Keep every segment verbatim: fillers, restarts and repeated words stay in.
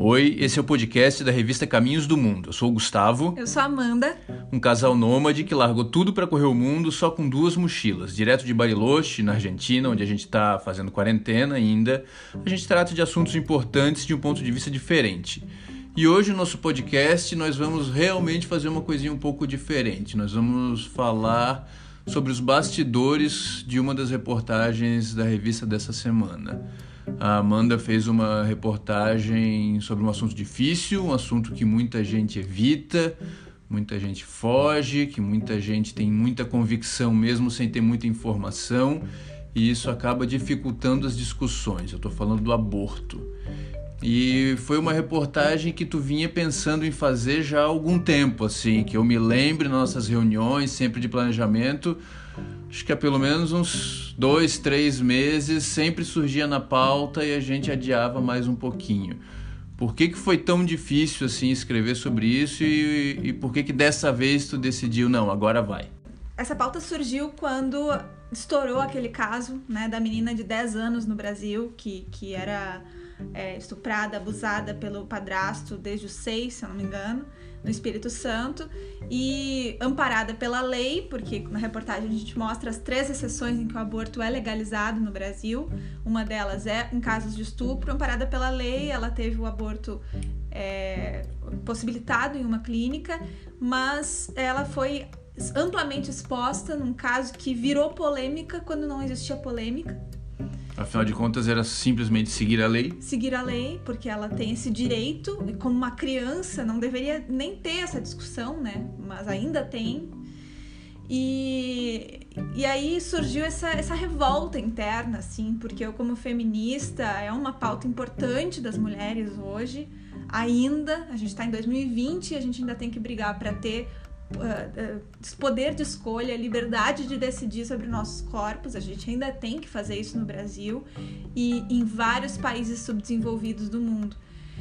Oi, esse é o podcast da revista Caminhos do Mundo. Eu sou o Gustavo. Eu sou a Amanda. Um casal nômade que largou tudo para correr o mundo só com duas mochilas. Direto de Bariloche, na Argentina, onde a gente está fazendo quarentena ainda, a gente trata de assuntos importantes de um ponto de vista diferente. E hoje no nosso podcast nós vamos realmente fazer uma coisinha um pouco diferente. Nós vamos falar sobre os bastidores de uma das reportagens da revista dessa semana. A Amanda fez uma reportagem sobre um assunto difícil, um assunto que muita gente evita, muita gente foge, que muita gente tem muita convicção mesmo sem ter muita informação, e isso acaba dificultando as discussões. Eu estou falando do aborto. E foi uma reportagem que tu vinha pensando em fazer já há algum tempo, assim, que eu me lembro nas nossas reuniões, sempre de planejamento, acho que há pelo menos uns dois, três meses, sempre surgia na pauta e a gente adiava mais um pouquinho. Por que que foi tão difícil, assim, escrever sobre isso e, e por que que dessa vez tu decidiu, não, agora vai? Essa pauta surgiu quando estourou aquele caso, né, da menina de dez anos no Brasil, que, que era é, estuprada, abusada pelo padrasto desde os seis, se eu não me engano, no Espírito Santo, e amparada pela lei, porque na reportagem a gente mostra as três exceções em que o aborto é legalizado no Brasil. Uma delas é em casos de estupro. Amparada pela lei, ela teve o aborto é, possibilitado em uma clínica, mas ela foi amplamente exposta num caso que virou polêmica quando não existia polêmica. Afinal de contas, era simplesmente seguir a lei? Seguir a lei, porque ela tem esse direito, e como uma criança não deveria nem ter essa discussão, né? Mas ainda tem. E, e aí surgiu essa, essa revolta interna, assim, porque eu, como feminista, é uma pauta importante das mulheres hoje. Ainda, a gente está em dois mil e vinte e a gente ainda tem que brigar para ter Uh, uh, poder de escolha, liberdade de decidir sobre nossos corpos. A gente ainda tem que fazer isso no Brasil e em vários países subdesenvolvidos do mundo.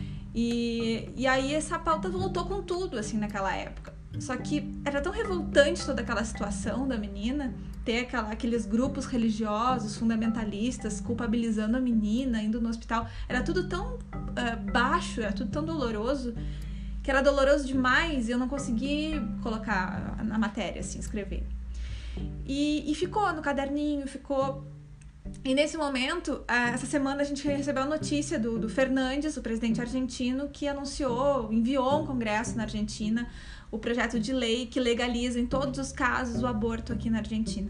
E, e aí essa pauta voltou com tudo, assim, naquela época. Só que era tão revoltante toda aquela situação da menina, ter aquela, aqueles grupos religiosos, fundamentalistas, culpabilizando a menina, indo no hospital. Era tudo tão uh, baixo, era tudo tão doloroso, que era doloroso demais e eu não consegui colocar na matéria, assim, escrever. E, e ficou no caderninho, ficou... E nesse momento, essa semana a gente recebeu a notícia do, do Fernandes, o presidente argentino, que anunciou, enviou a um congresso na Argentina o projeto de lei que legaliza em todos os casos o aborto aqui na Argentina.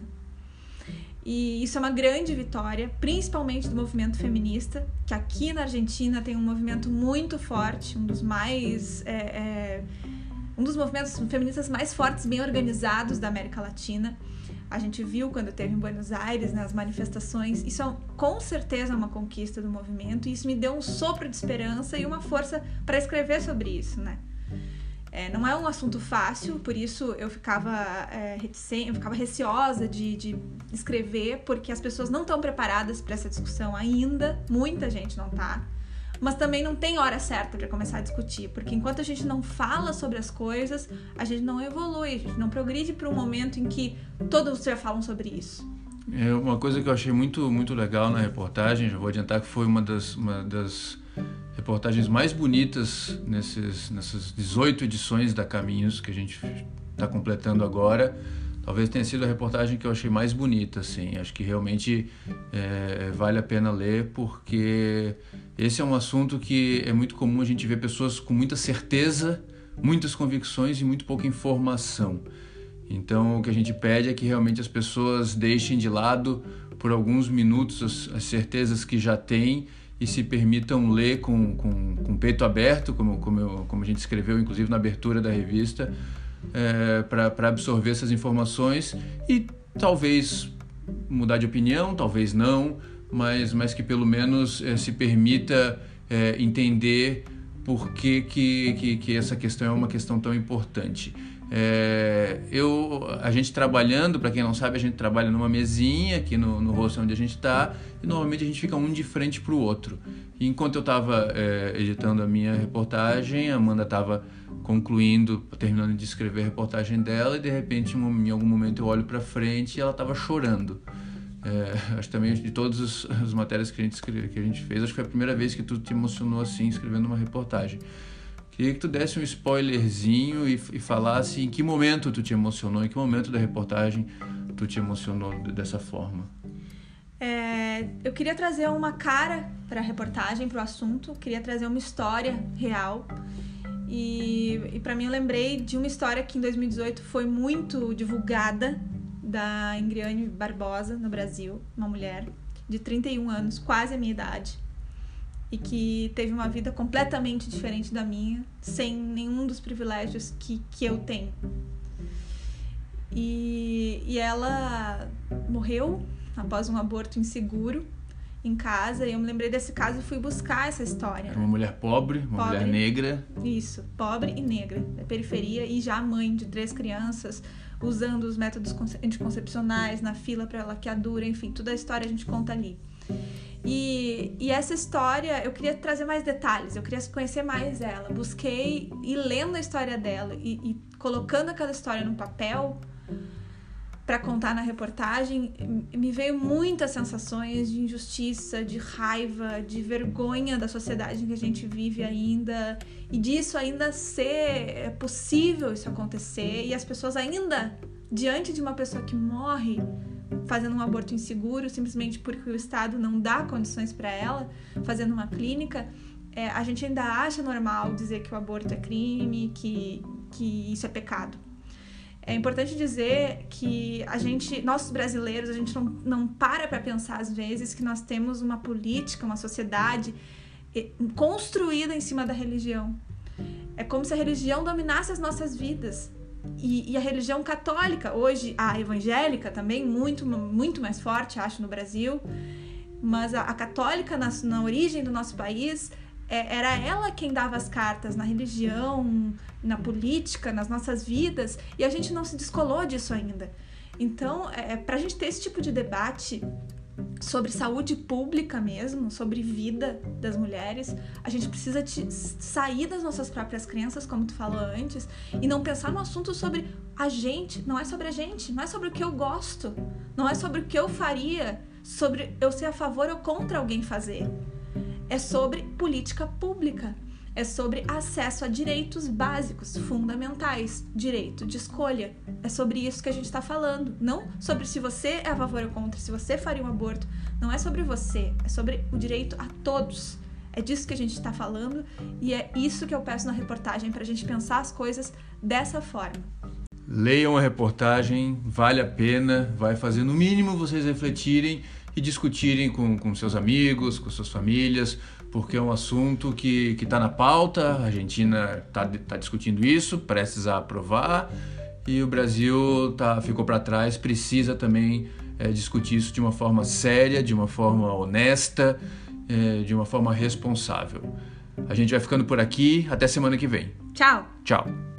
E isso é uma grande vitória, principalmente do movimento feminista, que aqui na Argentina tem um movimento muito forte, um dos mais é, é, um dos movimentos feministas mais fortes, bem organizados da América Latina. A gente viu quando teve em Buenos Aires, né, as manifestações. Isso é, com certeza é uma conquista do movimento, e isso me deu um sopro de esperança e uma força para escrever sobre isso, né? É, não é um assunto fácil, por isso eu ficava, é, reticente, eu ficava receosa de, de escrever, porque as pessoas não estão preparadas para essa discussão ainda, muita gente não está, mas também não tem hora certa para começar a discutir, porque enquanto a gente não fala sobre as coisas, a gente não evolui, a gente não progride para um momento em que todos já falam sobre isso. É uma coisa que eu achei muito, muito legal na reportagem, já vou adiantar que foi uma das... Uma das... reportagens mais bonitas nesses, nessas dezoito edições da Caminhos que a gente está completando agora. Talvez tenha sido a reportagem que eu achei mais bonita, assim. Acho que realmente é, vale a pena ler, porque esse é um assunto que é muito comum a gente ver pessoas com muita certeza, muitas convicções e muito pouca informação. Então, o que a gente pede é que realmente as pessoas deixem de lado por alguns minutos as, as certezas que já têm e se permitam ler com, com, com o peito aberto, como, como, eu, como a gente escreveu, inclusive, na abertura da revista, é, para absorver essas informações e talvez mudar de opinião, talvez não, mas, mas que pelo menos é, se permita é, entender por que, que, que, que essa questão é uma questão tão importante. É, eu, a gente trabalhando, para quem não sabe, a gente trabalha numa mesinha aqui no, no hostel onde a gente está, e normalmente a gente fica um de frente para o outro. E enquanto eu estava é, editando a minha reportagem, a Amanda estava concluindo, terminando de escrever a reportagem dela, e de repente em algum momento eu olho para frente e ela estava chorando. É, acho também de todas as, as matérias que a, gente escreve, que a gente fez, acho que foi a primeira vez que tu te emocionou assim, escrevendo uma reportagem. Queria que tu desse um spoilerzinho e, e falasse em que momento tu te emocionou, em que momento da reportagem tu te emocionou dessa forma. É, eu queria trazer uma cara para a reportagem, para o assunto, queria trazer uma história real. E, e para mim eu lembrei de uma história que em dois mil e dezoito foi muito divulgada, da Ingriane Barbosa, no Brasil, uma mulher de trinta e um anos, quase a minha idade, e que teve uma vida completamente diferente da minha, sem nenhum dos privilégios que, que eu tenho. E, e ela morreu após um aborto inseguro em casa, e eu me lembrei desse caso e fui buscar essa história. Era uma mulher pobre, uma pobre, mulher negra. Isso, pobre e negra, da periferia, e já mãe de três crianças, usando os métodos anticoncepcionais na fila para laqueadura, enfim, toda a história a gente conta ali. E, e essa história, eu queria trazer mais detalhes, eu queria conhecer mais ela. Busquei, e lendo a história dela e, e colocando aquela história no papel para contar na reportagem, me veio muitas sensações de injustiça, de raiva, de vergonha da sociedade em que a gente vive ainda, e disso ainda ser possível isso acontecer, e as pessoas ainda, diante de uma pessoa que morre fazendo um aborto inseguro, simplesmente porque o Estado não dá condições para ela, fazendo uma clínica, é, a gente ainda acha normal dizer que o aborto é crime, que, que isso é pecado. É importante dizer que a gente, nós brasileiros, a gente não, não para para pensar às vezes que nós temos uma política, uma sociedade construída em cima da religião. É como se a religião dominasse as nossas vidas. E, e a religião católica, hoje a evangélica também, muito, muito mais forte, acho, no Brasil, mas a, a católica na, na origem do nosso país, é, era ela quem dava as cartas na religião, na política, nas nossas vidas, e a gente não se descolou disso ainda. Então, é, para a gente ter esse tipo de debate sobre saúde pública mesmo, sobre vida das mulheres, a gente precisa de sair das nossas próprias crenças, como tu falou antes, e não pensar no assunto sobre a gente, não é sobre a gente, não é sobre o que eu gosto, não é sobre o que eu faria, sobre eu ser a favor ou contra alguém fazer. É sobre política pública, é sobre acesso a direitos básicos, fundamentais, direito de escolha. É sobre isso que a gente está falando, não sobre se você é a favor ou contra, se você faria um aborto. Não é sobre você, é sobre o direito a todos. É disso que a gente está falando e é isso que eu peço na reportagem, para a gente pensar as coisas dessa forma. Leiam a reportagem, vale a pena, vai fazer no mínimo vocês refletirem e discutirem com, com seus amigos, com suas famílias, porque é um assunto que está na pauta, a Argentina está tá discutindo isso, prestes a aprovar, e o Brasil tá, ficou para trás, precisa também é, discutir isso de uma forma séria, de uma forma honesta, é, de uma forma responsável. A gente vai ficando por aqui, até semana que vem. Tchau! Tchau!